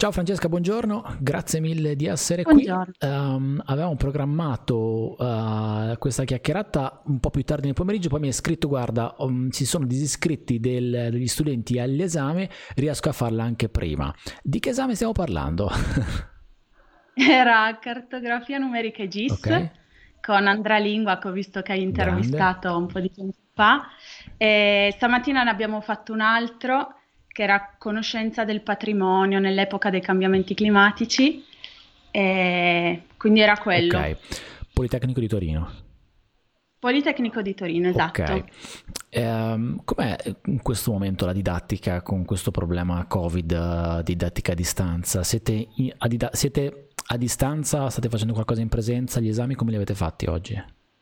Ciao Francesca, buongiorno, grazie mille di essere qui. Buongiorno. Avevamo programmato questa chiacchierata un po' più tardi nel pomeriggio, poi mi hai scritto, guarda, ci sono disiscritti degli studenti all'esame, riesco a farla anche prima. Di che esame stiamo parlando? Era cartografia numerica e Ok, GIS con Andrea Lingua, che ho visto che hai grande. intervistato un po' di tempo fa. E stamattina ne abbiamo fatto un altro che era conoscenza del patrimonio nell'epoca dei cambiamenti climatici. E quindi era quello. Ok, Politecnico di Torino. Politecnico di Torino, Ok, esatto. com'è in questo momento la didattica con questo problema Covid, didattica a distanza? Siete a distanza, state facendo qualcosa in presenza? Gli esami come li avete fatti oggi?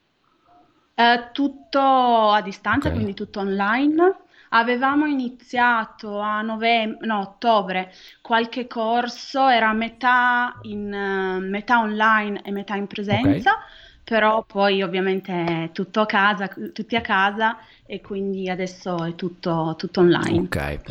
Tutto a Ok, distanza, quindi tutto online. Avevamo iniziato a novembre, no, ottobre, qualche corso, era metà online e metà in ok. presenza, però poi ovviamente è tutto a casa, tutti a casa e quindi adesso è tutto online. Ok,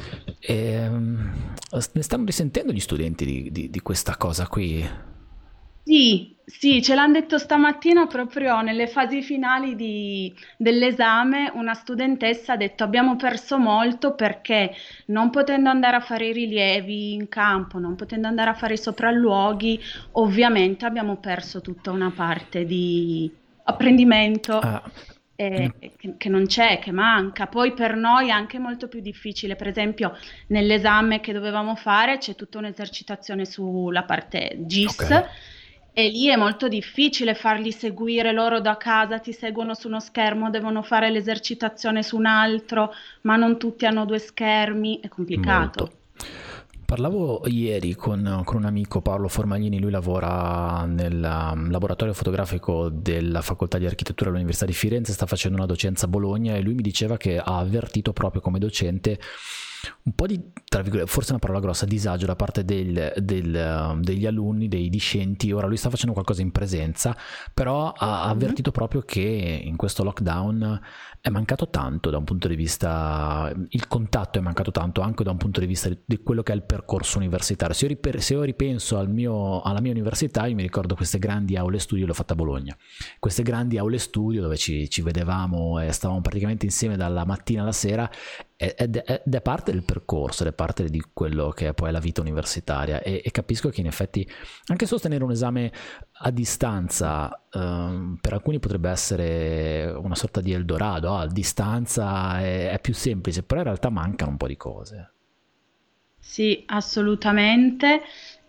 ne stanno risentendo gli studenti di questa cosa qui? Sì, sì, ce l'hanno detto stamattina proprio nelle fasi finali dell'esame. Una studentessa ha detto abbiamo perso molto perché non potendo andare a fare i rilievi in campo, non potendo andare a fare i sopralluoghi, ovviamente abbiamo perso tutta una parte di apprendimento Ah, che non c'è, che manca. Poi per noi è anche molto più difficile, per esempio nell'esame che dovevamo fare c'è tutta un'esercitazione sulla parte ok. GIS e lì è molto difficile farli seguire loro da casa, ti seguono su uno schermo, devono fare l'esercitazione su un altro, ma non tutti hanno due schermi, è Molto. complicato. Parlavo ieri con un amico, Paolo Formaglini, lui lavora nel laboratorio fotografico della Facoltà di Architettura all'Università di Firenze, sta facendo una docenza a Bologna e lui mi diceva che ha avvertito proprio come docente un po' di, tra virgolette, forse è una parola grossa, disagio da parte degli alunni, dei discenti. Ora lui sta facendo qualcosa in presenza, però ha Mhm. avvertito proprio che in questo lockdown è mancato tanto da un punto di vista, il contatto è mancato tanto anche da un punto di vista di quello che è il percorso universitario. Se io ripenso alla mia università, io mi ricordo queste grandi aule studio, l'ho fatta a Bologna, queste grandi aule studio dove ci vedevamo e stavamo praticamente insieme dalla mattina alla sera, ed è parte del percorso, ed è parte di quello che è poi la vita universitaria, e capisco che in effetti anche sostenere un esame a distanza per alcuni potrebbe essere una sorta di Eldorado, a distanza è più semplice, però in realtà mancano un po' di cose. Sì, assolutamente.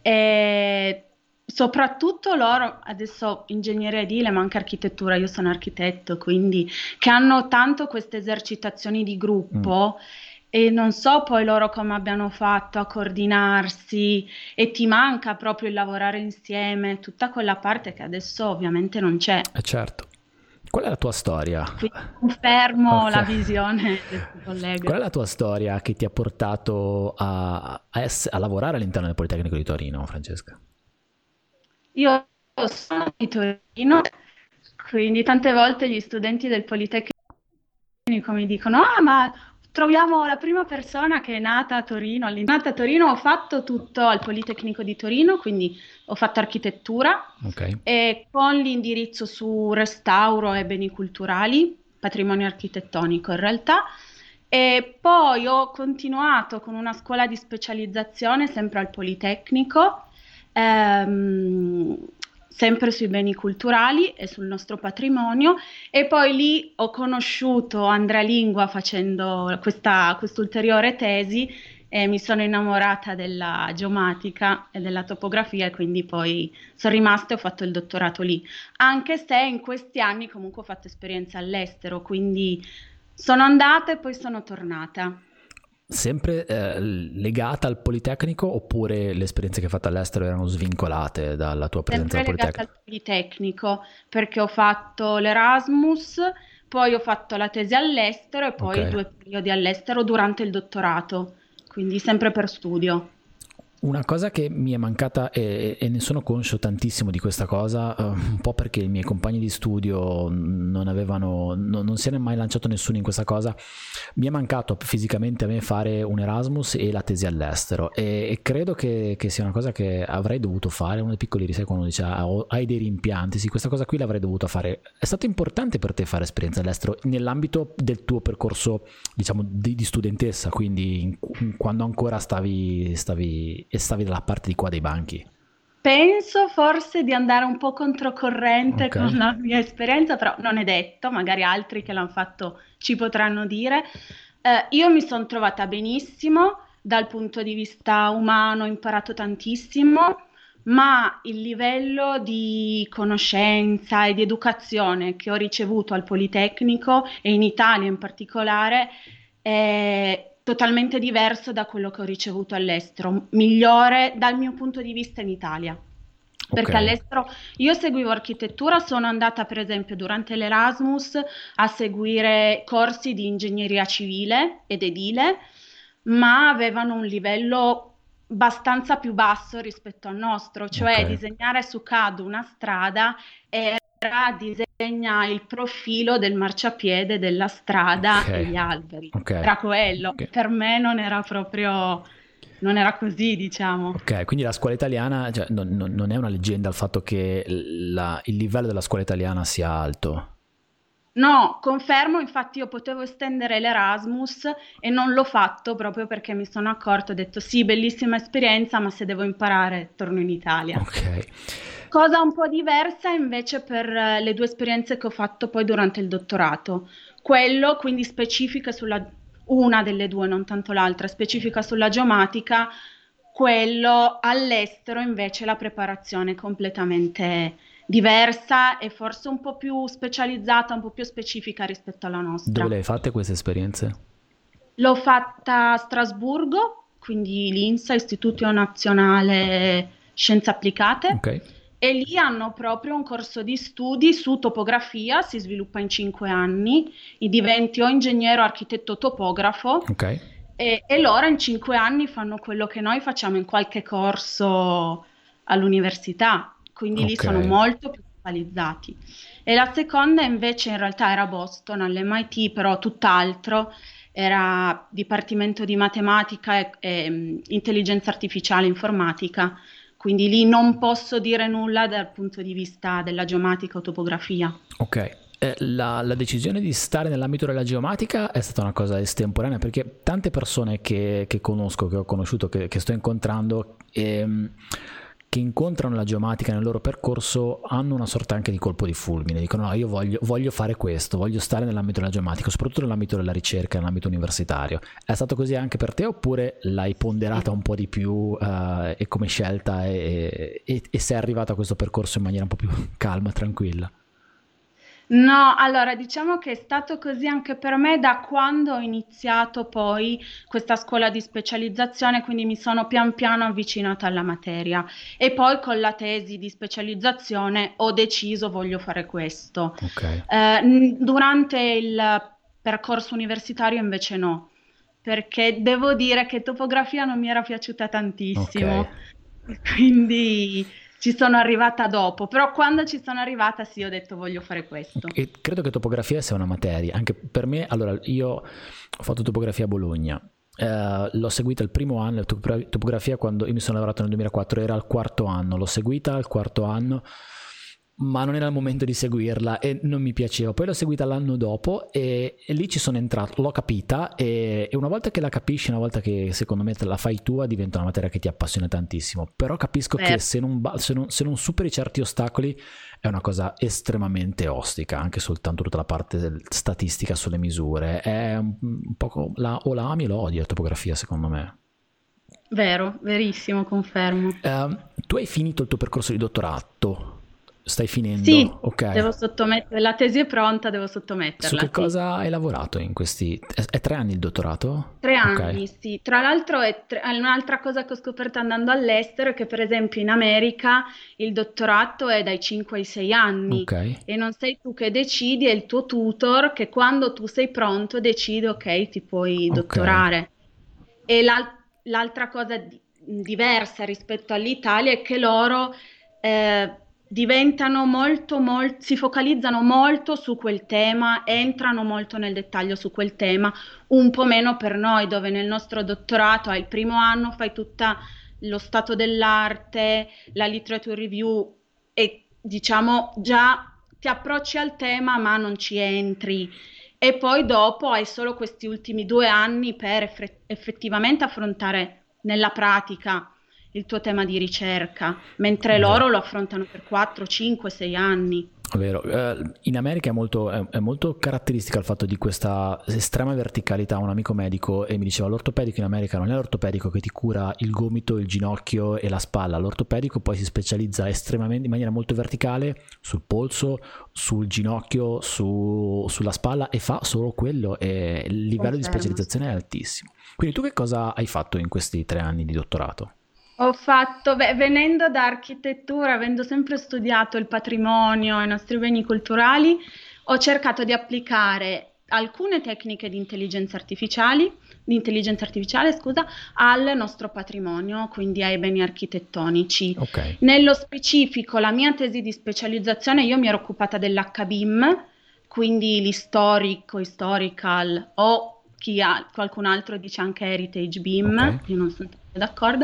E soprattutto loro, adesso ingegneria edile, ma anche architettura, io sono architetto, quindi che hanno tanto queste esercitazioni di Mm. gruppo e non so poi loro come abbiano fatto a coordinarsi e ti manca proprio il lavorare insieme, tutta quella parte che adesso ovviamente non c'è. Certo. Qual è la tua storia? Quindi confermo Ok. la visione del tuo collega. Qual è la tua storia che ti ha portato a lavorare all'interno del Politecnico di Torino, Francesca? Io sono di Torino, quindi tante volte gli studenti del Politecnico mi dicono: Ah, ma troviamo la prima persona che è nata a Torino. Nata a Torino ho fatto tutto al Politecnico di Torino, quindi ho fatto architettura Ok. e con l'indirizzo su restauro e beni culturali, patrimonio architettonico in realtà. E poi ho continuato con una scuola di specializzazione sempre al Politecnico, ehm, sempre sui beni culturali e sul nostro patrimonio. E poi lì ho conosciuto Andrea Lingua facendo questa ulteriore tesi e mi sono innamorata della geomatica e della topografia e quindi poi sono rimasta e ho fatto il dottorato lì. Anche se in questi anni comunque ho fatto esperienza all'estero, quindi sono andata e poi sono tornata. Sempre legata al Politecnico, oppure le esperienze che hai fatto all'estero erano svincolate dalla tua presenza al Sempre legata al Politecnico? Politecnico, perché ho fatto l'Erasmus, poi ho fatto la tesi all'estero e Ok. poi 2 periodi all'estero durante il dottorato, quindi sempre per studio. Una cosa che mi è mancata, e ne sono conscio tantissimo di questa cosa, un po' perché i miei compagni di studio non si è mai lanciato nessuno in questa cosa. Mi è mancato fisicamente a me fare un Erasmus e la tesi all'estero, e credo che sia una cosa che avrei dovuto fare. Uno dei piccoli, sai, quando dice hai dei rimpianti, sì, questa cosa qui l'avrei dovuta fare. È stato importante per te fare esperienza all'estero nell'ambito del tuo percorso, diciamo, di studentessa, quindi quando ancora stavi dalla parte di qua dei banchi? Penso forse di andare un po' controcorrente Ok. con la mia esperienza, però non è detto, magari altri che l'hanno fatto ci potranno dire. Io mi sono trovata benissimo dal punto di vista umano, ho imparato tantissimo, ma il livello di conoscenza e di educazione che ho ricevuto al Politecnico e in Italia in particolare è totalmente diverso da quello che ho ricevuto all'estero, migliore dal mio punto di vista in Italia. Ok. Perché all'estero io seguivo architettura, sono andata per esempio durante l'Erasmus a seguire corsi di ingegneria civile ed edile, ma avevano un livello abbastanza più basso rispetto al nostro, Ok. cioè disegnare su CAD una strada era disegna il profilo del marciapiede, della strada e Ok. gli alberi. Ok. Era quello. Ok. Per me non era proprio, non era così, diciamo. Ok, quindi la scuola italiana, cioè, non è una leggenda il fatto che il livello della scuola italiana sia alto. No, confermo, infatti io potevo estendere l'Erasmus e non l'ho fatto proprio perché mi sono accorto, ho detto sì, bellissima esperienza, ma se devo imparare torno in Italia. Ok. Cosa un po' diversa invece per le due esperienze che ho fatto poi durante il dottorato. Quello, quindi specifica sulla, una delle due, non tanto l'altra, specifica sulla geomatica, quello all'estero invece la preparazione è completamente diversa e forse un po' più specializzata, un po' più specifica rispetto alla Dove nostra. le hai fatte queste esperienze? L'ho fatta a Strasburgo, quindi l'INSA, Istituto Nazionale Scienze Applicate, Ok. e lì hanno proprio un corso di studi su topografia, si sviluppa in 5 anni, e diventi o ingegnere o architetto topografo, Ok. e loro in 5 anni fanno quello che noi facciamo in qualche corso all'università, quindi lì Ok. sono molto più focalizzati. E la seconda invece in realtà era a Boston, all'MIT, però tutt'altro, era Dipartimento di Matematica e Intelligenza Artificiale Informatica, quindi lì non posso dire nulla dal punto di vista della geomatica o topografia. Ok. La decisione di stare nell'ambito della geomatica è stata una cosa estemporanea, perché tante persone che conosco, che ho conosciuto, che sto incontrando, che incontrano la geomatica nel loro percorso, hanno una sorta anche di colpo di fulmine. Dicono no, io voglio fare questo, voglio stare nell'ambito della geomatica, soprattutto nell'ambito della ricerca, nell'ambito universitario. È stato così anche per te, oppure l'hai ponderata un po' di più e come scelta, e sei arrivata a questo percorso in maniera un po' più calma, tranquilla? No, allora diciamo che è stato così anche per me da quando ho iniziato poi questa scuola di specializzazione, quindi mi sono pian piano avvicinata alla materia e poi con la tesi di specializzazione ho deciso voglio fare questo. Ok. Durante il percorso universitario invece no, perché devo dire che topografia non mi era piaciuta Ok. tantissimo, quindi ci sono arrivata dopo, però quando ci sono arrivata sì, ho detto voglio fare questo. E credo che topografia sia una materia, anche per me. Allora, io ho fatto topografia a Bologna, l'ho seguita il primo anno. Topografia, quando io mi sono lavorato nel 2004, era al quarto anno, l'ho seguita al quarto anno, ma non era il momento di seguirla e non mi piaceva. Poi l'ho seguita l'anno dopo, e lì ci sono entrato, l'ho capita, e una volta che la capisci, una volta che secondo me te la fai tua, diventa una materia che ti appassiona tantissimo. Però capisco che Vero. se non superi certi ostacoli è una cosa estremamente ostica, anche soltanto tutta la parte statistica sulle misure. È un po' o la ami o la odi la topografia, secondo me. Vero, verissimo, confermo. Tu hai finito il tuo percorso di dottorato? Stai Sì, finendo? Ok. devo sottomettere, la tesi è pronta, devo Su sottometterla, che sì. cosa hai lavorato in questi... È 3 anni il dottorato? Tre Ok. anni, sì. Tra l'altro è un'altra cosa che ho scoperto andando all'estero è che per esempio in America il dottorato è dai 5 ai 6 anni Ok. e non sei tu che decidi, è il tuo tutor che quando tu sei pronto decide ok, ti puoi Ok. dottorare. E l'altra cosa diversa rispetto all'Italia è che loro diventano si focalizzano molto su quel tema, entrano molto nel dettaglio su quel tema, un po' meno per noi, dove nel nostro dottorato al primo anno fai tutta lo stato dell'arte, la literature review e diciamo già ti approcci al tema ma non ci entri. E poi dopo hai solo questi ultimi 2 anni per effettivamente affrontare nella pratica il tuo tema di ricerca, mentre loro lo affrontano per 4, 5, 6 anni. Vero. In America è molto caratteristica il fatto di questa estrema verticalità. Un amico medico e mi diceva l'ortopedico in America non è l'ortopedico che ti cura il gomito, il ginocchio e la spalla, l'ortopedico poi si specializza estremamente in maniera molto verticale sul polso, sul ginocchio, sulla spalla e fa solo quello e il livello di specializzazione è altissimo. Quindi tu che cosa hai fatto in questi 3 anni di dottorato? Ho fatto, venendo da architettura, avendo sempre studiato il patrimonio, i nostri beni culturali, ho cercato di applicare alcune tecniche di intelligenza artificiale, scusa, al nostro patrimonio, quindi ai beni architettonici. Ok. Nello specifico, la mia tesi di specializzazione, io mi ero occupata dell'HBIM, quindi historical o qualcun altro dice anche Heritage BIM, Ok. io non sono d'accordo,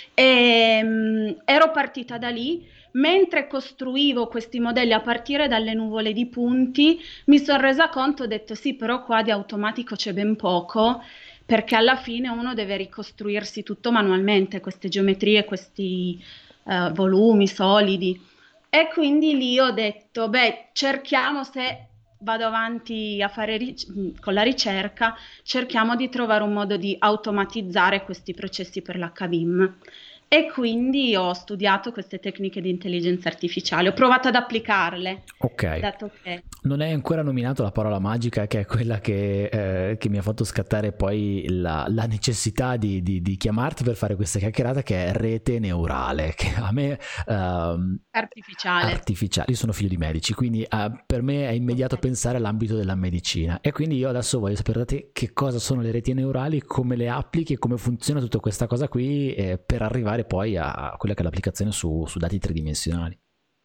e ero partita da lì. Mentre costruivo questi modelli a partire dalle nuvole di punti, mi sono resa conto, ho detto sì, però qua di automatico c'è ben poco, perché alla fine uno deve ricostruirsi tutto manualmente, queste geometrie, questi volumi solidi. E quindi lì ho detto, beh, cerchiamo, se vado avanti a fare con la ricerca, cerchiamo di trovare un modo di automatizzare questi processi per l'HBIM. E quindi ho studiato queste tecniche di intelligenza artificiale, ho provato ad applicarle, Ok. dato che... Non hai ancora nominato la parola magica che è quella che mi ha fatto scattare poi la necessità di chiamarti per fare questa chiacchierata, che è rete neurale, che a me... Artificiale. Io sono figlio di medici, quindi per me è immediato pensare all'ambito della medicina e quindi io adesso voglio sapere da te che cosa sono le reti neurali, come le applichi e come funziona tutta questa cosa qui per arrivare poi a quella che è l'applicazione su dati tridimensionali.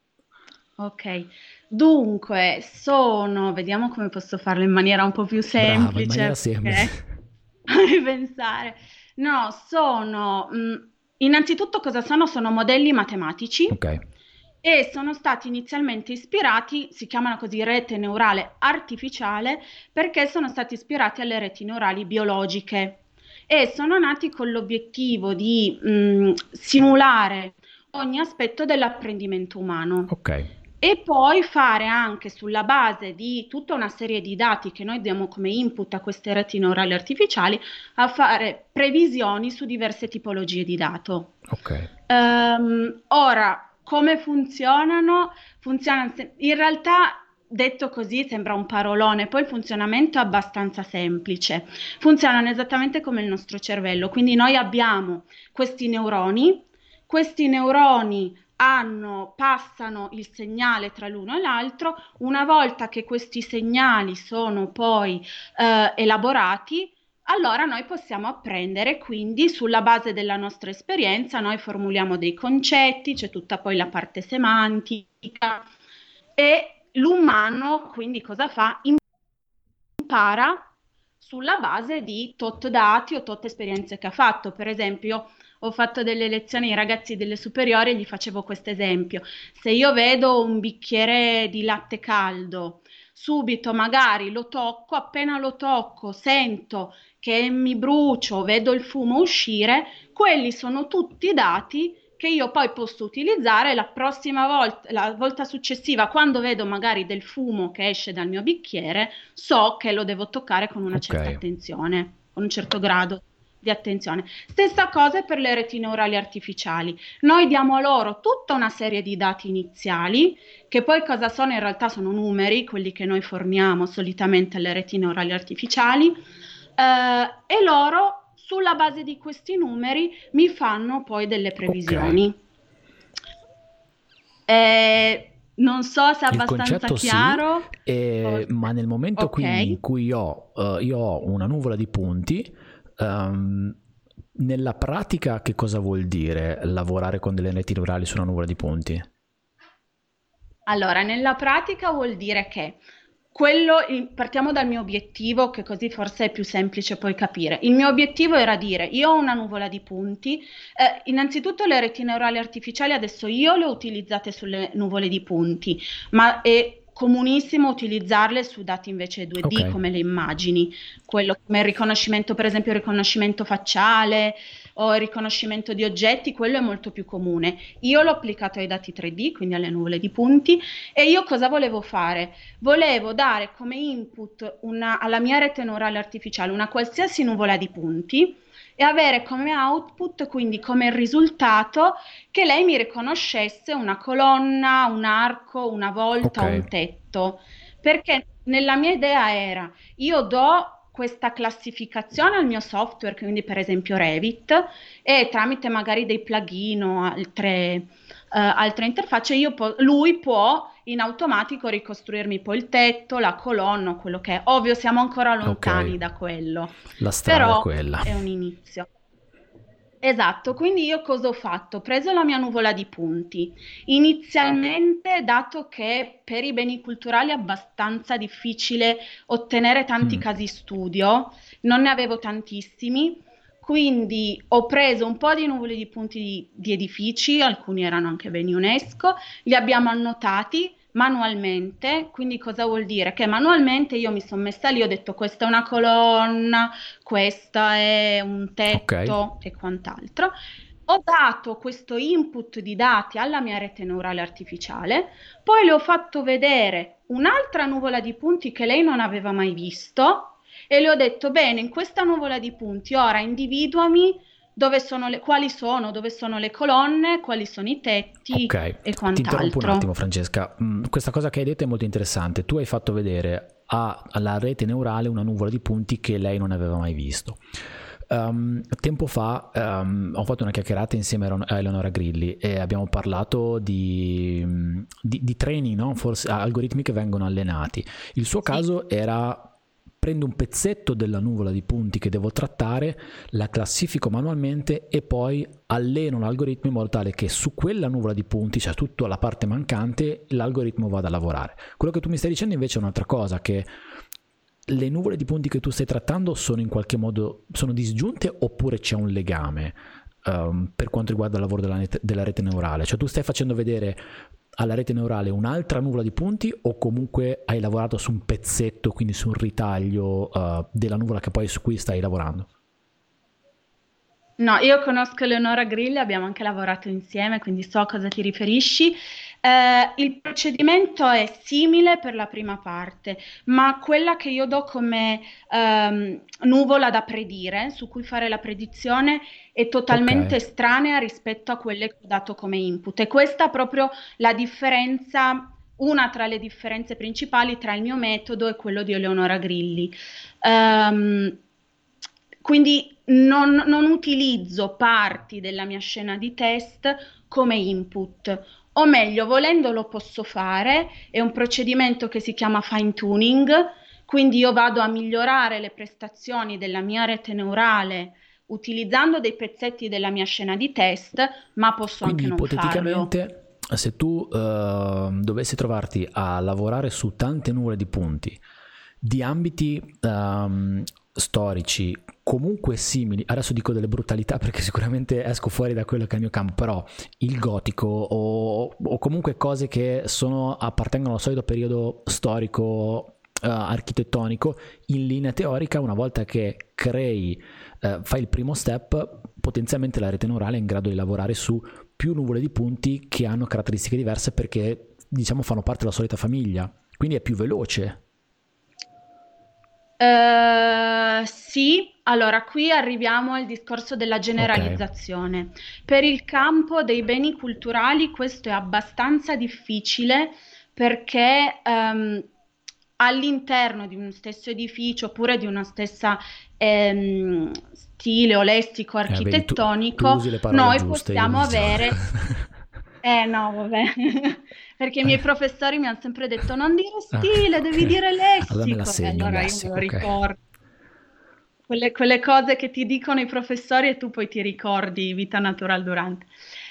Ok, dunque vediamo come posso farlo in maniera un po' più Brava, in semplice, maniera perché semplice. fammi pensare. No, innanzitutto cosa sono? Sono modelli matematici Ok, e sono stati inizialmente ispirati, si chiamano così rete neurale artificiale, perché sono stati ispirati alle reti neurali biologiche e sono nati con l'obiettivo di simulare ogni aspetto dell'apprendimento umano. ok, E poi fare anche sulla base di tutta una serie di dati che noi diamo come input a queste reti neurali artificiali, a fare previsioni su diverse tipologie di dato. ok, Ora, come funzionano? In realtà, detto così, sembra un parolone, poi il funzionamento è abbastanza semplice. Funzionano esattamente come il nostro cervello, quindi noi abbiamo questi neuroni passano il segnale tra l'uno e l'altro. Una volta che questi segnali sono poi elaborati, allora noi possiamo apprendere, quindi sulla base della nostra esperienza noi formuliamo dei concetti, c'è tutta poi la parte semantica e l'umano quindi cosa fa? Impara sulla base di tot dati o tot esperienze che ha fatto. Per esempio, ho fatto delle lezioni ai ragazzi delle superiori e gli facevo questo esempio. Se io vedo un bicchiere di latte caldo, subito magari lo tocco, appena lo tocco sento che mi brucio, vedo il fumo uscire, quelli sono tutti dati che io poi posso utilizzare la prossima volta, la volta successiva, quando vedo magari del fumo che esce dal mio bicchiere, so che lo devo toccare con una certa ok, attenzione, con un certo grado di attenzione. Stessa cosa per le reti neurali artificiali. Noi diamo loro tutta una serie di dati iniziali, che poi cosa sono? In realtà sono numeri, quelli che noi forniamo solitamente alle reti neurali artificiali, e loro sulla base di questi numeri mi fanno poi delle ok. previsioni. Non so se è Il abbastanza concetto sì, chiaro. ma nel momento quindi Ok. in cui io ho una nuvola di punti, Nella pratica che cosa vuol dire lavorare con delle reti neurali su una nuvola di punti? Allora, nella pratica vuol dire che partiamo dal mio obiettivo, che così forse è più semplice poi capire. Il mio obiettivo era dire, io ho una nuvola di punti, innanzitutto le reti neurali artificiali adesso io le ho utilizzate sulle nuvole di punti, ma è comunissimo utilizzarle su dati invece 2D, Ok, come le immagini, quello come il riconoscimento, per esempio il riconoscimento facciale o il riconoscimento di oggetti, quello è molto più comune. Io l'ho applicato ai dati 3D, quindi alle nuvole di punti, e io cosa volevo fare? Volevo dare come input alla mia rete neurale artificiale una qualsiasi nuvola di punti e avere come output, quindi come risultato, che lei mi riconoscesse una colonna, un arco, una volta, ok, un tetto. Perché nella mia idea era, io do questa classificazione al mio software, quindi per esempio Revit, e tramite magari dei plugin o altre interfacce, lui può in automatico ricostruirmi poi il tetto, la colonna, quello che è. Ovvio, siamo ancora ok. lontani da quello, La strada è però quella. è un inizio. Esatto, quindi io cosa ho fatto? Ho preso la mia nuvola di punti. Inizialmente, dato che per i beni culturali è abbastanza difficile ottenere tanti Mm, casi studio, non ne avevo tantissimi, quindi ho preso un po' di nuvole di punti di edifici, alcuni erano anche beni UNESCO, li abbiamo annotati manualmente, quindi cosa vuol dire? Che manualmente io mi sono messa lì, ho detto questa è una colonna, questa è un ok, tetto e quant'altro. Ho dato questo input di dati alla mia rete neurale artificiale, poi le ho fatto vedere un'altra nuvola di punti che lei non aveva mai visto e le ho detto, bene, in questa nuvola di punti ora individuami dove sono le colonne, quali sono i tetti ok. e Ti interrompo un quant'altro. attimo, Francesca. Questa cosa che hai detto è molto interessante. Tu hai fatto vedere alla rete neurale una nuvola di punti che lei non aveva mai visto. Tempo fa ho fatto una chiacchierata insieme a Eleonora Grilli e abbiamo parlato di treni, no? Forse algoritmi che vengono allenati. Il suo Sì. caso era: prendo un pezzetto della nuvola di punti che devo trattare, la classifico manualmente e poi alleno l'algoritmo in modo tale che su quella nuvola di punti, cioè tutta la parte mancante, l'algoritmo vada a lavorare. Quello che tu mi stai dicendo invece è un'altra cosa, che le nuvole di punti che tu stai trattando sono in qualche modo sono disgiunte, oppure c'è un legame per quanto riguarda il lavoro della rete neurale? Cioè tu stai facendo vedere alla rete neurale un'altra nuvola di punti, o comunque hai lavorato su un pezzetto, quindi su un ritaglio della nuvola che poi su cui stai lavorando? No, io conosco Eleonora Grilli, abbiamo anche lavorato insieme, quindi so a cosa ti riferisci. Il procedimento è simile per la prima parte, ma quella che io do come nuvola da predire, su cui fare la predizione, è Ok, totalmente estranea rispetto a quelle che ho dato come input. E questa è proprio la differenza, una tra le differenze principali tra il mio metodo e quello di Eleonora Grilli. Ehm, quindi non utilizzo parti della mia scena di test come input, o meglio, volendo lo posso fare, è un procedimento che si chiama fine tuning, quindi io vado a migliorare le prestazioni della mia rete neurale utilizzando dei pezzetti della mia scena di test, ma posso quindi anche non farlo. ipoteticamente, se tu dovessi trovarti a lavorare su tante nuvole di punti di ambiti storici comunque simili, adesso dico delle brutalità perché sicuramente esco fuori da quello che è il mio campo, però il gotico o comunque cose che appartengono al solito periodo storico architettonico, in linea teorica, una volta che fai il primo step, potenzialmente la rete neurale è in grado di lavorare su più nuvole di punti che hanno caratteristiche diverse, perché diciamo fanno parte della solita famiglia, quindi è più veloce. Sì, allora qui arriviamo al discorso della Ok, generalizzazione. Per il campo dei beni culturali questo è abbastanza difficile perché all'interno di uno stesso edificio oppure di una stessa stile o lessico vedi, tu architettonico, usi le parole noi giuste, io possiamo uso. avere no, vabbè, perché i miei professori mi hanno sempre detto non dire Ah, stile, devi dire allora me la lessico. E segno il allora io me lo lessico, ok. ricordo. quelle cose che ti dicono i professori e tu poi ti ricordi vita natural durante.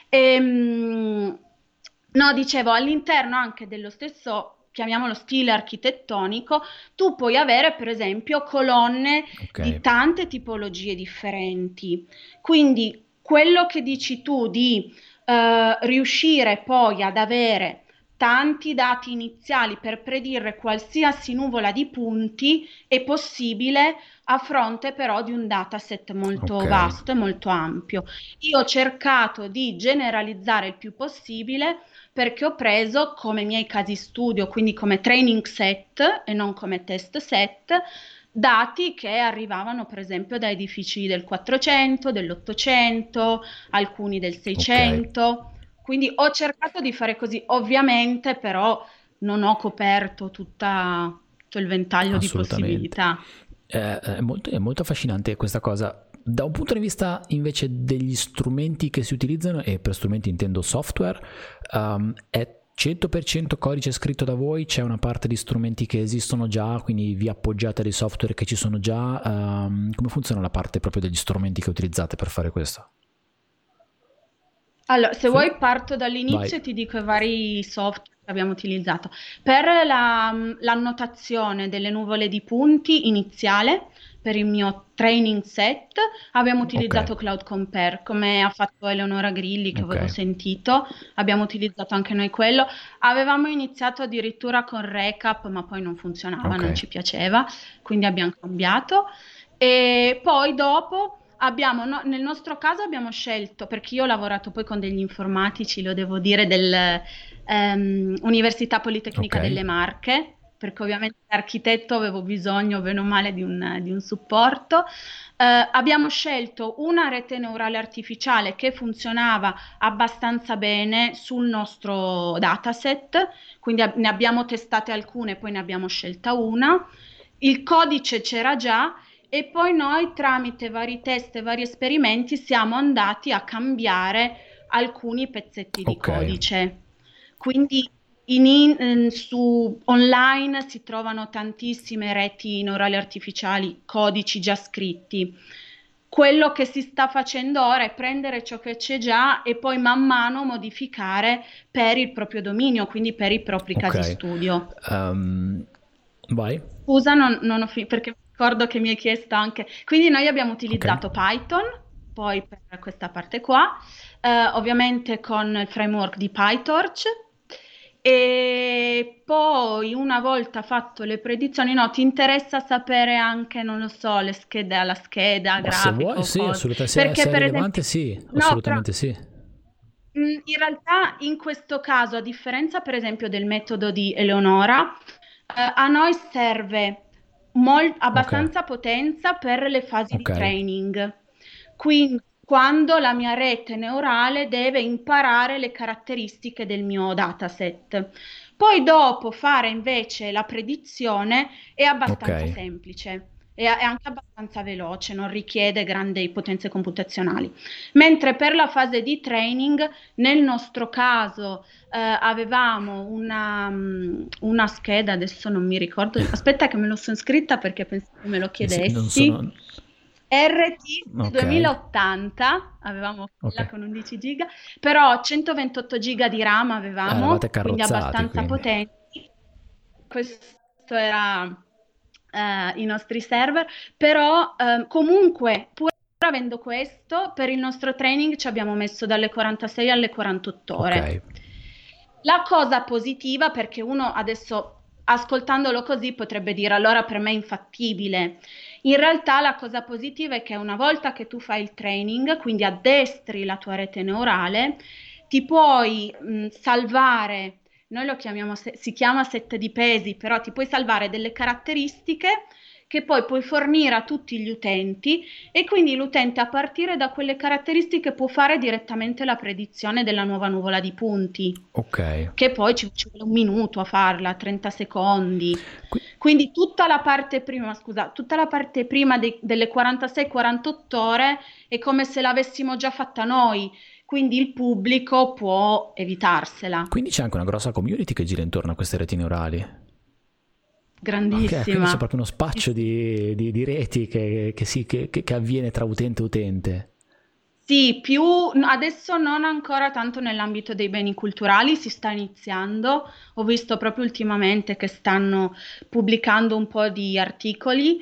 No, dicevo, all'interno anche dello stesso, chiamiamolo stile architettonico, tu puoi avere per esempio colonne Ok, di tante tipologie differenti. Quindi quello che dici tu di riuscire poi ad avere tanti dati iniziali per predire qualsiasi nuvola di punti è possibile a fronte però di un dataset ok, molto vasto e molto ampio. Io ho cercato di generalizzare il più possibile perché ho preso come miei casi studio, quindi come training set e non come test set, dati che arrivavano per esempio da edifici del 400, dell'800, alcuni del ok, 600. Quindi ho cercato di fare così, ovviamente però non ho coperto tutto il ventaglio di assolutamente. possibilità. È molto affascinante questa cosa. Da un punto di vista invece degli strumenti che si utilizzano, e per strumenti intendo software, è 100% codice scritto da voi? C'è una parte di strumenti che esistono già, quindi vi appoggiate a dei software che ci sono già? Come funziona la parte proprio degli strumenti che utilizzate per fare questo? Allora, se Sì, vuoi parto vai. dall'inizio e ti dico i vari software che abbiamo utilizzato. Per l'annotazione delle nuvole di punti iniziale, per il mio training set, abbiamo Ok, utilizzato Cloud Compare, come ha fatto Eleonora Grilli che ok, avevo sentito, abbiamo utilizzato anche noi quello. Avevamo iniziato addirittura con Recap, ma poi non funzionava, ok, non ci piaceva, quindi abbiamo cambiato. E poi dopo nel nostro caso abbiamo scelto, perché io ho lavorato poi con degli informatici, lo devo dire, dell'Università ok, Politecnica delle Marche, perché ovviamente da architetto avevo bisogno, bene o male, di un supporto. Abbiamo scelto una rete neurale artificiale che funzionava abbastanza bene sul nostro dataset, quindi ne abbiamo testate alcune, poi ne abbiamo scelta una. Il codice c'era già e poi noi tramite vari test e vari esperimenti siamo andati a cambiare alcuni pezzetti di ok. codice. Quindi su online si trovano tantissime reti neurali artificiali, codici già scritti. Quello che si sta facendo ora è prendere ciò che c'è già e poi man mano modificare per il proprio dominio, quindi per i propri casi Ok. studio. Ehm, vai. Scusa, non ho finito perché mi ricordo che mi hai chiesto anche. Quindi noi abbiamo Ok. utilizzato Python, poi per questa parte qua, ovviamente con il framework di PyTorch. E poi una volta fatto le predizioni, no, ti interessa sapere anche, non lo so, le schede alla scheda, Ma se grafica vuoi, o sì, cose. assolutamente. Se è, Perché se è per rilevante, esempio, sì, no, però assolutamente sì. in realtà in questo caso, a differenza per esempio del metodo di Eleonora, a noi serve Ok, abbastanza potenza per le fasi ok, di training. Quindi, quando la mia rete neurale deve imparare le caratteristiche del mio dataset. Poi dopo fare invece la predizione è ok. abbastanza semplice. È anche abbastanza veloce, non richiede grandi potenze computazionali. Mentre per la fase di training, nel nostro caso, avevamo una scheda, adesso non mi ricordo, aspetta che me lo sono scritta perché pensavo che me lo Sì, non chiedessi. sono... RTX Ok, 2080, avevamo ok. quella con 11 giga, però 128 giga di RAM Eravate avevamo, quindi carrozzati, abbastanza quindi. potenti. Questo era i nostri server, però comunque pur avendo questo, per il nostro training ci abbiamo messo dalle 46 alle 48 Ok, ore. La cosa positiva, perché uno adesso ascoltandolo così potrebbe dire allora per me è infattibile. In realtà la cosa positiva è che una volta che tu fai il training, quindi addestri la tua rete neurale, ti puoi salvare, noi lo chiamiamo, si chiama set di pesi, però ti puoi salvare delle caratteristiche che poi puoi fornire a tutti gli utenti e quindi l'utente a partire da quelle caratteristiche può fare direttamente la predizione della nuova nuvola di punti, ok. che poi ci vuole un minuto a farla, 30 secondi. Qui- Quindi tutta la parte prima, scusa, tutta la parte prima delle 46-48 ore è come se l'avessimo già fatta noi, quindi il pubblico può evitarsela. Quindi c'è anche una grossa community che gira intorno a queste reti neurali. Ok, quindi c'è grandissima. proprio uno Sì, spaccio sì. di reti che avviene tra utente e utente. Sì, più adesso non ancora tanto nell'ambito dei beni culturali, si sta iniziando. Ho visto proprio ultimamente che stanno pubblicando un po' di articoli,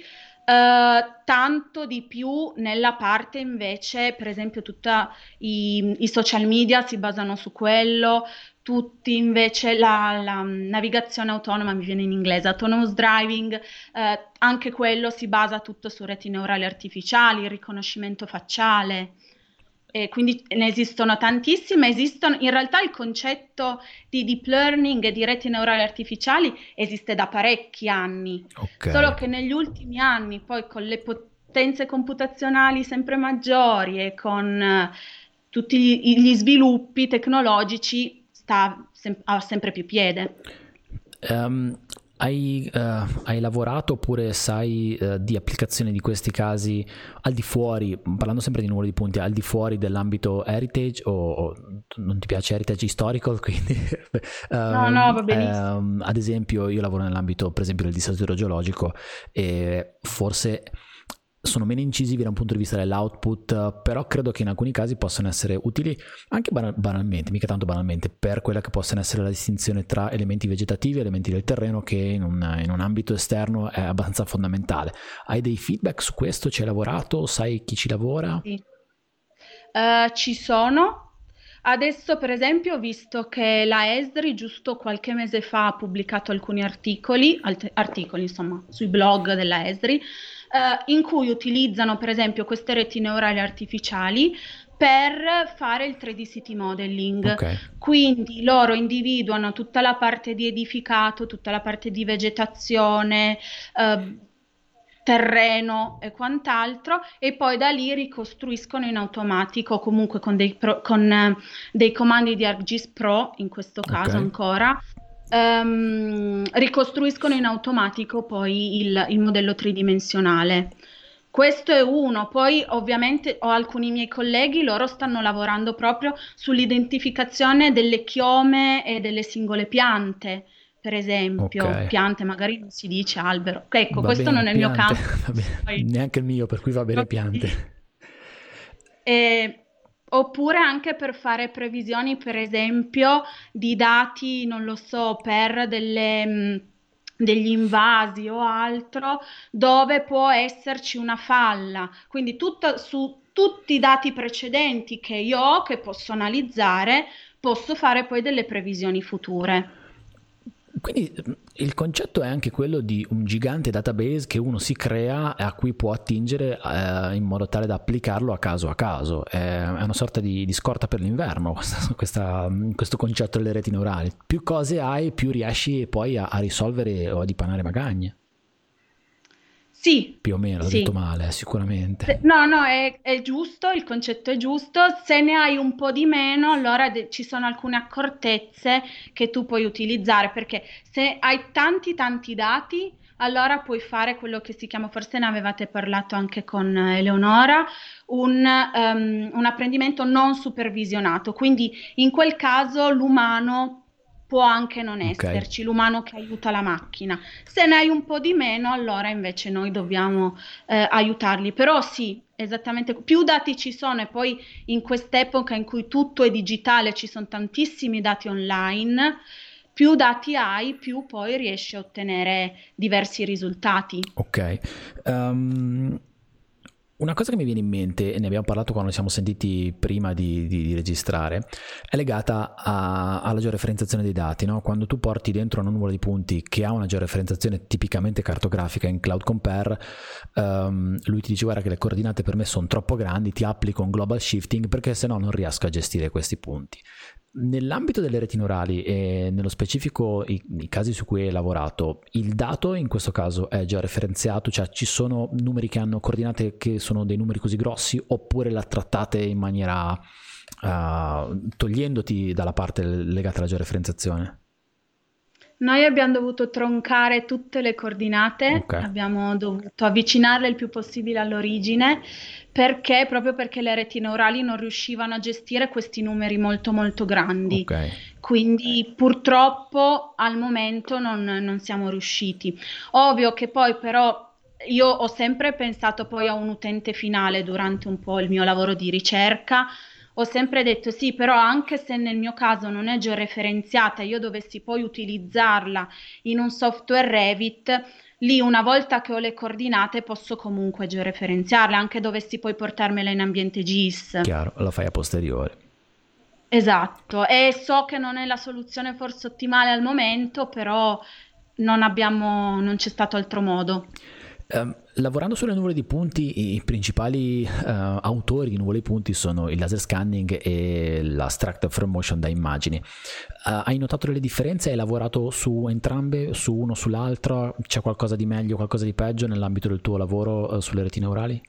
tanto di più nella parte invece, per esempio, tutti i social media si basano su quello, tutti invece la navigazione autonoma, mi viene in inglese, autonomous driving, anche quello si basa tutto su reti neurali artificiali, il riconoscimento facciale. E quindi ne esistono tantissime, esistono, in realtà il concetto di deep learning e di reti neurali artificiali esiste da parecchi anni, Ok. solo che negli ultimi anni, poi con le potenze computazionali sempre maggiori e con tutti gli sviluppi tecnologici, ha sempre più piede. Ehm, hai lavorato oppure sai di applicazioni di questi casi al di fuori, parlando sempre di numero di punti, al di fuori dell'ambito heritage o non ti piace heritage historical, quindi No, no, va benissimo. ad esempio io lavoro nell'ambito per esempio del dissesto idrogeologico e forse sono meno incisivi da un punto di vista dell'output, però credo che in alcuni casi possano essere utili anche banalmente, mica tanto banalmente, per quella che possa essere la distinzione tra elementi vegetativi e elementi del terreno che in un ambito esterno è abbastanza fondamentale. Hai dei feedback su questo? Ci hai lavorato? Sai chi ci lavora? Sì. Ci sono. Adesso, per esempio, ho visto che la ESRI giusto qualche mese fa ha pubblicato alcuni articoli, articoli, insomma, sui blog della ESRI, in cui utilizzano, per esempio, queste reti neurali artificiali per fare il 3D City Modeling. Ok, Quindi loro individuano tutta la parte di edificato, tutta la parte di vegetazione, eh, terreno e quant'altro, e poi da lì ricostruiscono in automatico, o comunque con dei comandi di ArcGIS Pro, in questo ok. caso ancora, ricostruiscono in automatico poi il modello tridimensionale. Questo è uno, poi ovviamente ho alcuni miei colleghi, loro stanno lavorando proprio sull'identificazione delle chiome e delle singole piante, per Ok, esempio, piante magari non si dice albero. Ecco, va questo bene, non è il mio piante, campo, va bene. poi Neanche il mio, per cui va bene sì. piante. E- Oppure anche per fare previsioni, per esempio, di dati, non lo so, per degli invasi o altro, dove può esserci una falla. Quindi su tutti i dati precedenti che io ho, che posso analizzare, posso fare poi delle previsioni future. Quindi il concetto è anche quello di un gigante database che uno si crea e a cui può attingere in modo tale da applicarlo a caso a caso. È una sorta di scorta per l'inverno questo concetto delle reti neurali. Più cose hai, più riesci poi a risolvere o a dipanare magagne. Sì, Più o meno, l'ho detto sì. male, sicuramente. No, no, è giusto, il concetto è giusto. Se ne hai un po' di meno, allora ci sono alcune accortezze che tu puoi utilizzare, perché se hai tanti tanti dati, allora puoi fare quello che si chiama, forse ne avevate parlato anche con Eleonora, un apprendimento non supervisionato. Quindi in quel caso l'umano può anche non Ok. esserci, l'umano che aiuta la macchina. Se ne hai un po' di meno, allora invece noi dobbiamo aiutarli. Però sì, esattamente, più dati ci sono e poi in quest'epoca in cui tutto è digitale, ci sono tantissimi dati online, più dati hai, più poi riesci a ottenere diversi risultati. Ok. Um, una cosa che mi viene in mente, e ne abbiamo parlato quando ci siamo sentiti prima di registrare, è legata alla georeferenziazione dei dati, no? Quando tu porti dentro un numero di punti che ha una georeferenziazione tipicamente cartografica in Cloud Compare, lui ti dice guarda che le coordinate per me sono troppo grandi, ti applico un global shifting perché sennò non riesco a gestire questi punti. Nell'ambito delle reti neurali e nello specifico i casi su cui hai lavorato, il dato in questo caso è già referenziato, cioè ci sono numeri che hanno coordinate che sono dei numeri così grossi, oppure la trattate in maniera togliendoti dalla parte legata alla georeferenziazione? Noi abbiamo dovuto troncare tutte le coordinate, Ok, abbiamo dovuto avvicinarle il più possibile all'origine, perché proprio perché le reti neurali non riuscivano a gestire questi numeri molto molto grandi. ok. Quindi purtroppo al momento non siamo riusciti. Ovvio che poi però io ho sempre pensato poi a un utente finale durante un po' il mio lavoro di ricerca. Ho sempre detto sì, però anche se nel mio caso non è georeferenziata, io dovessi poi utilizzarla in un software Revit, lì una volta che ho le coordinate posso comunque georeferenziarle, anche dovessi poi portarmela in ambiente GIS. Chiaro, lo fai a posteriori. Esatto, e so che non è la soluzione forse ottimale al momento, però non c'è stato altro modo. Lavorando sulle nuvole di punti, i principali autori di nuvole di punti sono il laser scanning e la structure from motion da immagini. Hai notato delle differenze? Hai lavorato su entrambe, su uno sull'altra? C'è qualcosa di meglio, qualcosa di peggio nell'ambito del tuo lavoro sulle reti neurali?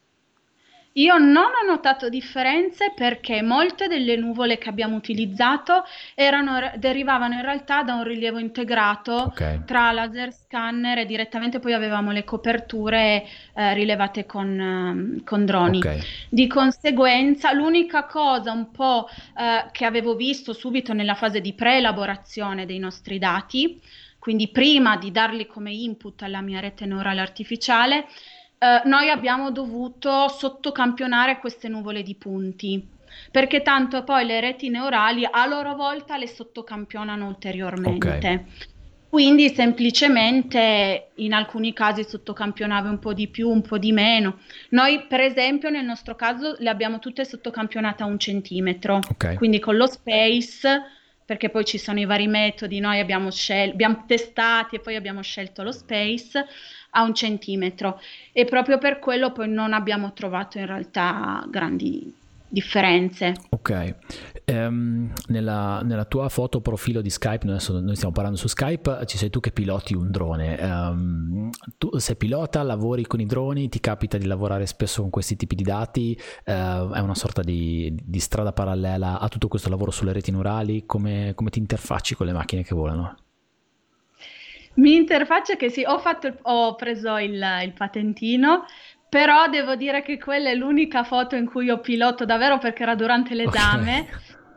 Io non ho notato differenze perché molte delle nuvole che abbiamo utilizzato derivavano in realtà da un rilievo integrato Ok, tra laser scanner e direttamente poi avevamo le coperture rilevate con ok, droni. Di conseguenza, l'unica cosa un po' che avevo visto subito nella fase di pre-elaborazione dei nostri dati, quindi prima di darli come input alla mia rete neurale artificiale, noi abbiamo dovuto sottocampionare queste nuvole di punti, perché tanto poi le reti neurali a loro volta le sottocampionano ok. ulteriormente. Quindi semplicemente in alcuni casi sottocampionave un po' di più, un po' di meno. Noi, per esempio, nel nostro caso le abbiamo tutte sottocampionate a 1 centimetro, Ok. quindi con lo space, perché poi ci sono i vari metodi, noi abbiamo testati e poi abbiamo scelto lo space a 1 centimetro e proprio per quello poi non abbiamo trovato in realtà grandi differenze. Ok, nella tua foto profilo di Skype, adesso noi stiamo parlando su Skype, ci sei tu che piloti un drone. Tu sei pilota, lavori con i droni, ti capita di lavorare spesso con questi tipi di dati, è una sorta di strada parallela a tutto questo lavoro sulle reti neurali, come ti interfacci con le macchine che volano? Mi interfaccio che sì, ho preso il patentino, però devo dire che quella è l'unica foto in cui io piloto davvero perché era durante Ok, l'esame.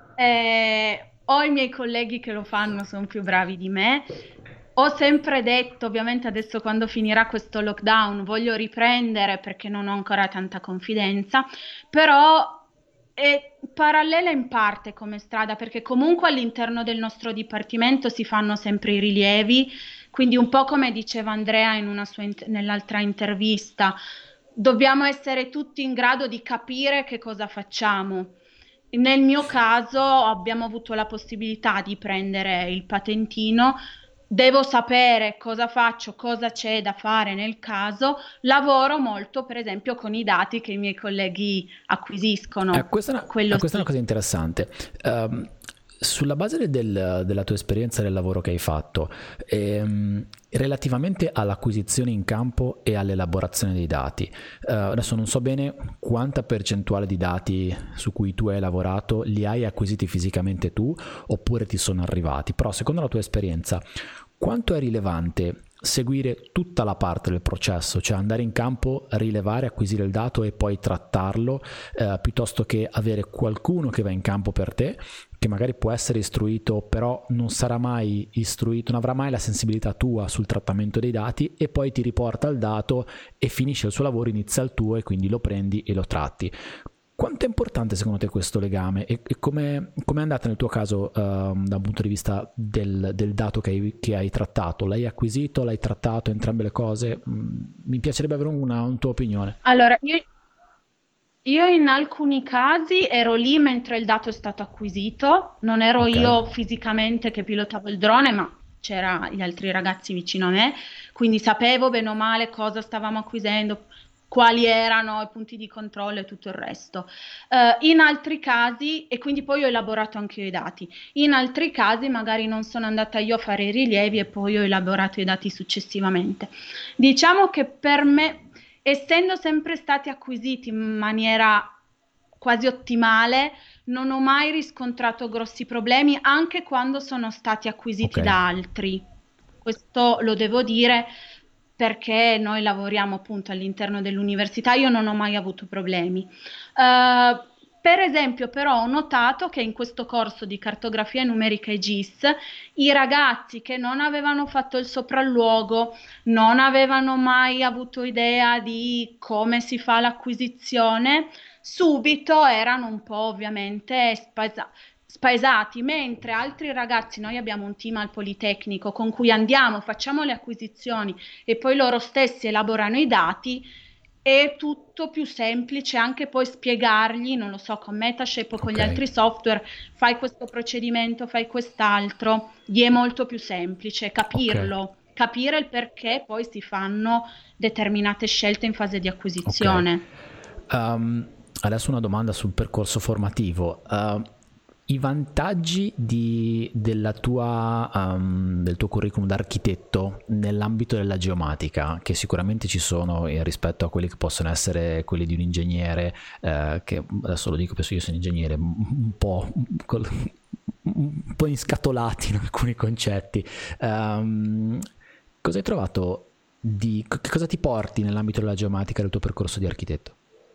Ho i miei colleghi che lo fanno, sono più bravi di me. Ho sempre detto, ovviamente adesso quando finirà questo lockdown voglio riprendere perché non ho ancora tanta confidenza, però è parallela in parte come strada perché comunque all'interno del nostro dipartimento si fanno sempre i rilievi, quindi un po' come diceva Andrea in nell'altra intervista, dobbiamo essere tutti in grado di capire che cosa facciamo. Nel mio caso abbiamo avuto la possibilità di prendere il patentino, devo sapere cosa faccio, cosa c'è da fare nel caso, lavoro molto per esempio con i dati che i miei colleghi acquisiscono, quello questa è una sì. cosa interessante. Sulla base della tua esperienza del lavoro che hai fatto, relativamente all'acquisizione in campo e all'elaborazione dei dati, adesso non so bene quanta percentuale di dati su cui tu hai lavorato li hai acquisiti fisicamente tu oppure ti sono arrivati, però secondo la tua esperienza, quanto è rilevante seguire tutta la parte del processo, cioè andare in campo, rilevare, acquisire il dato e poi trattarlo, piuttosto che avere qualcuno che va in campo per te, che magari può essere istruito, però non sarà mai istruito, non avrà mai la sensibilità tua sul trattamento dei dati e poi ti riporta il dato e finisce il suo lavoro, inizia il tuo e quindi lo prendi e lo tratti. Quanto è importante secondo te questo legame e come è andata nel tuo caso da un punto di vista del dato che hai trattato? L'hai acquisito, l'hai trattato, entrambe le cose? Mi piacerebbe avere una tua opinione. Allora, io in alcuni casi ero lì mentre il dato è stato acquisito, non ero Ok, io fisicamente che pilotavo il drone, ma c'erano gli altri ragazzi vicino a me, quindi sapevo bene o male cosa stavamo acquisendo, quali erano i punti di controllo e tutto il resto. In altri casi, e quindi poi ho elaborato anche io i dati, in altri casi magari non sono andata io a fare i rilievi e poi ho elaborato i dati successivamente. Diciamo che per me, essendo sempre stati acquisiti in maniera quasi ottimale, non ho mai riscontrato grossi problemi, anche quando sono stati ok. acquisiti da altri. questo lo devo dire perché noi lavoriamo appunto all'interno dell'università, io non ho mai avuto problemi. Per esempio, però, ho notato che in questo corso di cartografia numerica e GIS i ragazzi che non avevano fatto il sopralluogo, non avevano mai avuto idea di come si fa l'acquisizione, subito erano un po' ovviamente spaesati, mentre altri ragazzi, noi abbiamo un team al Politecnico con cui andiamo, facciamo le acquisizioni e poi loro stessi elaborano i dati, è tutto più semplice anche poi spiegargli, non lo so, con Metashape o con Ok, gli altri software, fai questo procedimento, fai quest'altro, gli è molto più semplice ok, capirlo, capire il perché poi si fanno determinate scelte in fase di ok. acquisizione. Adesso una domanda sul percorso formativo. I vantaggi del tuo curriculum da architetto nell'ambito della geomatica, che sicuramente ci sono rispetto a quelli che possono essere quelli di un ingegnere, che adesso lo dico perché io sono ingegnere, un po' inscatolati in alcuni concetti. Cosa hai trovato che cosa ti porti nell'ambito della geomatica del tuo percorso di architetto?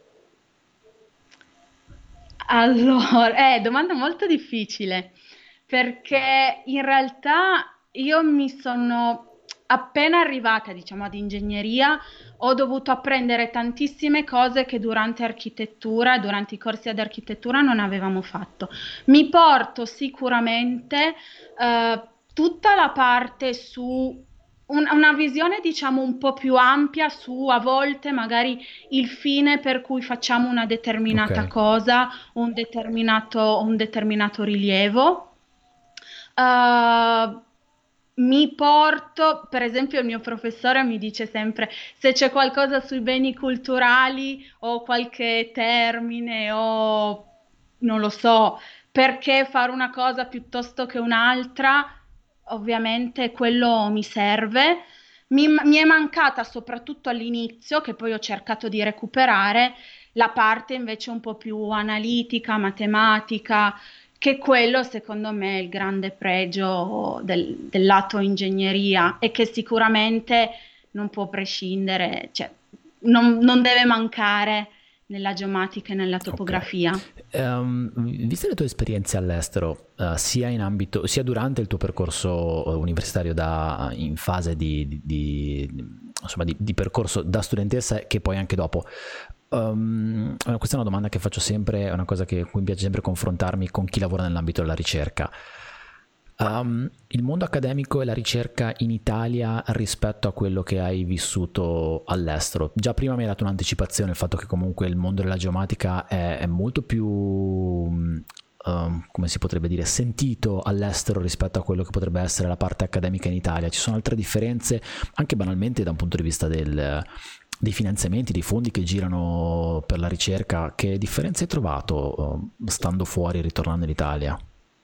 Allora, domanda molto difficile, perché in realtà io mi sono appena arrivata, diciamo, ad ingegneria, ho dovuto apprendere tantissime cose che durante architettura, durante i corsi ad architettura non avevamo fatto. Mi porto sicuramente tutta la parte su una visione, diciamo, un po' più ampia su a volte magari il fine per cui facciamo una Ok, determinata cosa, un determinato rilievo. Uh, Mi porto, per esempio, il mio professore mi dice sempre se c'è qualcosa sui beni culturali o qualche termine o non lo so, perché fare una cosa piuttosto che un'altra, ovviamente quello mi serve. Mi è mancata soprattutto all'inizio, che poi ho cercato di recuperare, la parte invece un po' più analitica, matematica, che quello secondo me è il grande pregio del lato ingegneria e che sicuramente non può prescindere, cioè non deve mancare nella geomatica e nella ok. topografia. Viste le tue esperienze all'estero, sia durante il tuo percorso universitario in fase insomma, di percorso da studentessa che poi anche dopo, questa è una domanda che faccio sempre, è una cosa con cui mi piace sempre confrontarmi con chi lavora nell'ambito della ricerca. Il mondo accademico e la ricerca in Italia rispetto a quello che hai vissuto all'estero. Già prima mi hai dato un'anticipazione, il fatto che comunque il mondo della geomatica è molto più, come si potrebbe dire, sentito all'estero rispetto a quello che potrebbe essere la parte accademica in Italia. Ci sono altre differenze, anche banalmente da un punto di vista dei finanziamenti, dei fondi che girano per la ricerca. Che differenze hai trovato stando fuori e ritornando in Italia?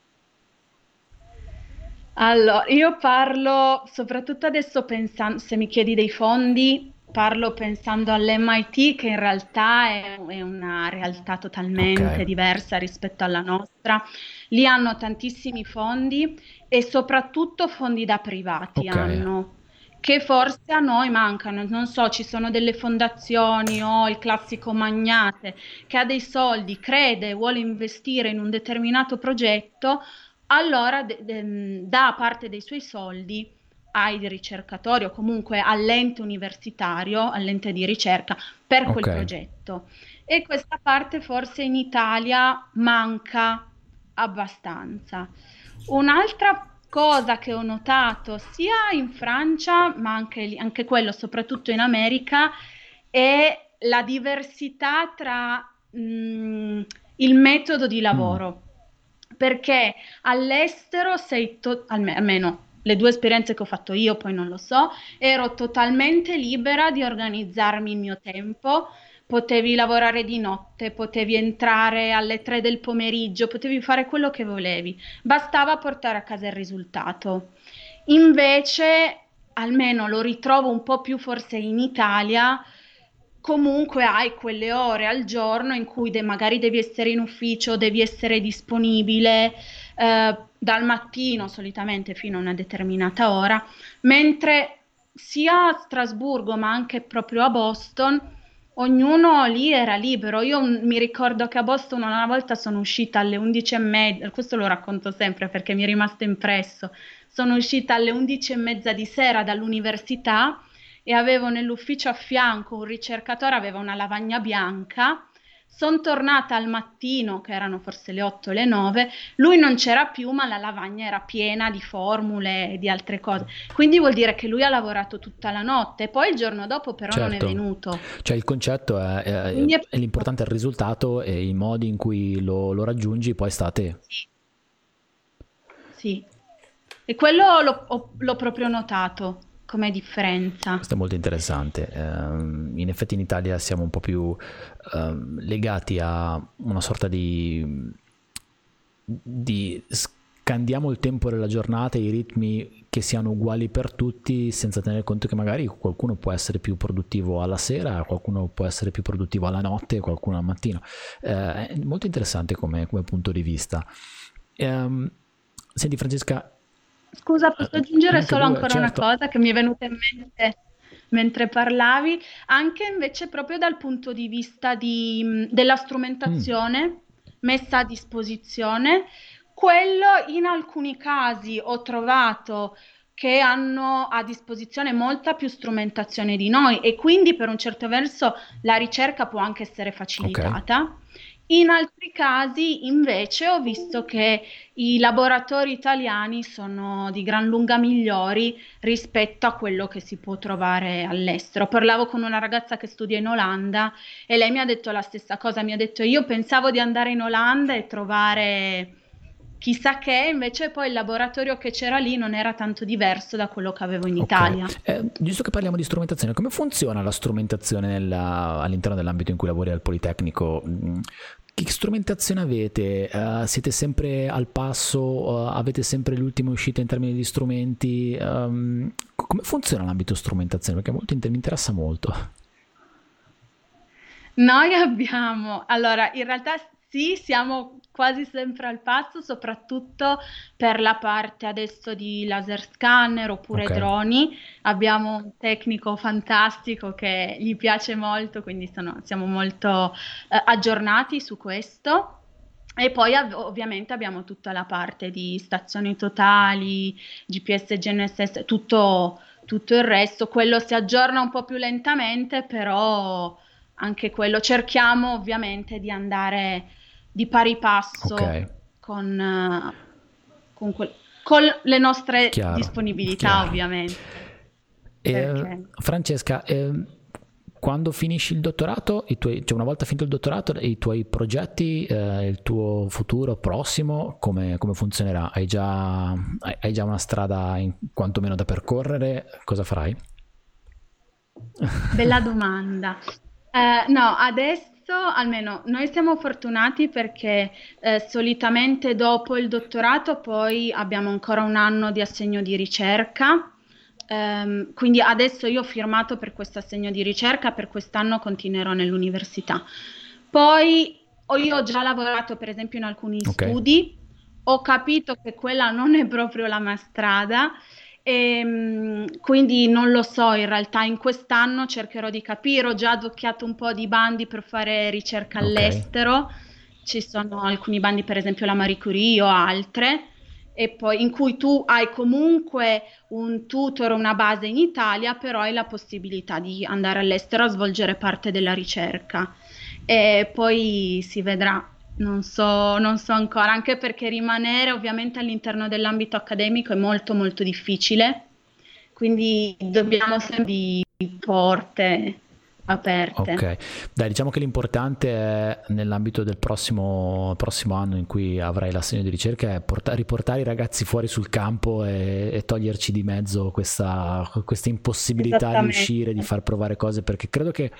Allora, io parlo soprattutto adesso pensando, se mi chiedi dei fondi, parlo pensando all'MIT che in realtà è una realtà Ok, totalmente diversa rispetto alla nostra. Lì hanno tantissimi fondi e soprattutto fondi da privati ok, hanno, che forse a noi mancano. Non so, ci sono delle fondazioni o il classico magnate che ha dei soldi, crede, vuole investire in un determinato progetto, allora dà parte dei suoi soldi ai ricercatori o comunque all'ente universitario, all'ente di ricerca per ok. quel progetto. E questa parte forse in Italia manca abbastanza. Un'altra cosa che ho notato sia in Francia, ma anche quello soprattutto in America, è la diversità tra il metodo di Mm, lavoro. Perché all'estero almeno le due esperienze che ho fatto io, poi non lo so, ero totalmente libera di organizzarmi il mio tempo. Potevi lavorare di notte, potevi entrare alle 3 del pomeriggio, potevi fare quello che volevi, bastava portare a casa il risultato. Invece, almeno lo ritrovo un po' più forse in Italia, comunque hai quelle ore al giorno in cui magari devi essere in ufficio, devi essere disponibile dal mattino solitamente fino a una determinata ora, mentre sia a Strasburgo ma anche proprio a Boston, ognuno lì era libero. Io mi ricordo che a Boston una volta sono uscita alle 11:30, questo lo racconto sempre perché mi è rimasto impresso. Sono uscita alle 11:30 di sera dall'università e avevo nell'ufficio a fianco un ricercatore, aveva una lavagna bianca. Sono tornata al mattino, che erano forse le 8 o le 9, lui non c'era più, ma la lavagna era piena di formule e di altre cose. Quindi vuol dire che lui ha lavorato tutta la notte, poi il giorno dopo però non è Certo, venuto. cioè il concetto Quindi è l'importante è il risultato e i modi in cui lo raggiungi poi sta a te. sì, sì. E quello l'ho proprio notato come differenza. Questo è molto interessante. In effetti in Italia siamo un po' più legati a una sorta di scandiamo il tempo della giornata e i ritmi che siano uguali per tutti, senza tenere conto che magari qualcuno può essere più produttivo alla sera, qualcuno può essere più produttivo alla notte, qualcuno al mattino. È molto interessante come punto di vista. Senti Francesca, Scusa, posso aggiungere anche solo voi, ancora una certo. cosa che mi è venuta in mente mentre parlavi, anche invece proprio dal punto di vista della Mm, strumentazione messa a disposizione, quello in alcuni casi ho trovato che hanno a disposizione molta più strumentazione di noi e quindi per un certo verso la ricerca può anche essere ok. facilitata. In altri casi invece ho visto che i laboratori italiani sono di gran lunga migliori rispetto a quello che si può trovare all'estero. Parlavo con una ragazza che studia in Olanda e lei mi ha detto la stessa cosa, mi ha detto io pensavo di andare in Olanda e trovare chissà che, invece poi il laboratorio che c'era lì non era tanto diverso da quello che avevo in Ok, Italia. giusto che parliamo di strumentazione, come funziona la strumentazione all'interno dell'ambito in cui lavori al Politecnico? Che strumentazione avete? Siete sempre al passo? Avete sempre l'ultima uscita in termini di strumenti? Come funziona l'ambito strumentazione? Perché mi interessa molto. Noi abbiamo, allora, in realtà sì, siamo quasi sempre al passo, soprattutto per la parte adesso di laser scanner oppure Ok, droni. Abbiamo un tecnico fantastico che gli piace molto, quindi siamo molto aggiornati su questo. E poi ovviamente abbiamo tutta la parte di stazioni totali, GPS, GNSS, tutto il resto. Quello si aggiorna un po' più lentamente, però anche quello cerchiamo ovviamente di andare di pari ok, passo con, con le nostre chiaro, disponibilità, chiaro. ovviamente. E, Perché Francesca, quando finisci il dottorato, cioè una volta finito il dottorato, i tuoi progetti, il tuo futuro prossimo, come funzionerà? Hai già una strada quantomeno da percorrere? Cosa farai? bella domanda. No, adesso almeno noi siamo fortunati perché solitamente dopo il dottorato poi abbiamo ancora un anno di assegno di ricerca. Quindi adesso io ho firmato per questo assegno di ricerca, per quest'anno continuerò nell'università. Poi io ho già lavorato per esempio in alcuni Ok, studi, ho capito che quella non è proprio la mia strada. Quindi non lo so, in realtà in quest'anno cercherò di capire, ho già adocchiato un po' di bandi per fare ricerca ok, all'estero, ci sono alcuni bandi, per esempio la Marie Curie o altre, e poi in cui tu hai comunque un tutor, una base in Italia, però hai la possibilità di andare all'estero a svolgere parte della ricerca. E poi si vedrà. Non so ancora, anche perché rimanere ovviamente all'interno dell'ambito accademico è molto molto difficile, quindi dobbiamo sempre di porte aperte. ok. Dai, diciamo che l'importante è nell'ambito del prossimo anno in cui avrai l'assegno di ricerca è riportare i ragazzi fuori sul campo e toglierci di mezzo questa impossibilità di uscire, di Esattamente, far provare cose, perché credo che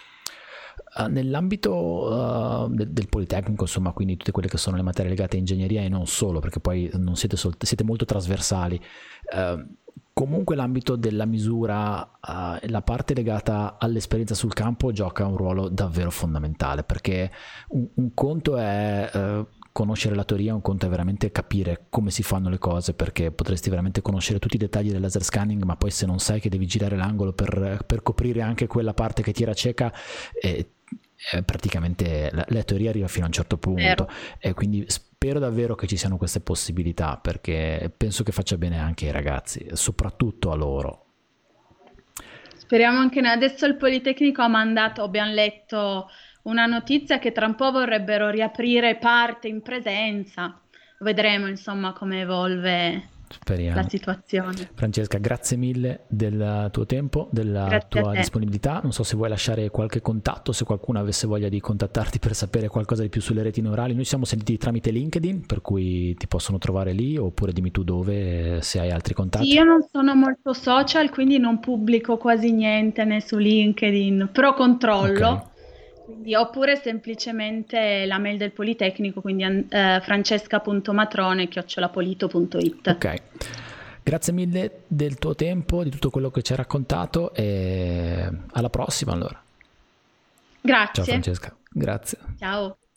nell'ambito del Politecnico, insomma, quindi tutte quelle che sono le materie legate a ingegneria e non solo, perché poi non siete molto trasversali. eh, comunque l'ambito della misura, la parte legata all'esperienza sul campo gioca un ruolo davvero fondamentale, perché un conto è conoscere la teoria, un conto è veramente capire come si fanno le cose, perché potresti veramente conoscere tutti i dettagli del laser scanning, ma poi se non sai che devi girare l'angolo per coprire anche quella parte che ti era cieca, praticamente la teoria arriva fino a un certo punto. Vero. E quindi spero davvero che ci siano queste possibilità, perché penso che faccia bene anche ai ragazzi, soprattutto a loro. Speriamo anche noi. Adesso il Politecnico ha mandato, abbiamo letto una notizia che tra un po' vorrebbero riaprire parte in presenza. Vedremo insomma come evolve la Speriamo. situazione. Francesca, grazie mille del tuo tempo, della Grazie a tua te. disponibilità. Non so se vuoi lasciare qualche contatto, se qualcuno avesse voglia di contattarti per sapere qualcosa di più sulle reti neurali. Noi ci siamo sentiti tramite LinkedIn, per cui ti possono trovare lì, oppure dimmi tu dove, se hai altri Sì, contatti. io non sono molto social, quindi non pubblico quasi niente né su LinkedIn, però Ok, controllo. Quindi, oppure semplicemente la mail del Politecnico, quindi francesca.matrone@polito.it. ok. Grazie mille del tuo tempo, di tutto quello che ci hai raccontato e alla prossima allora. Ciao Grazie, Francesca, grazie. ciao.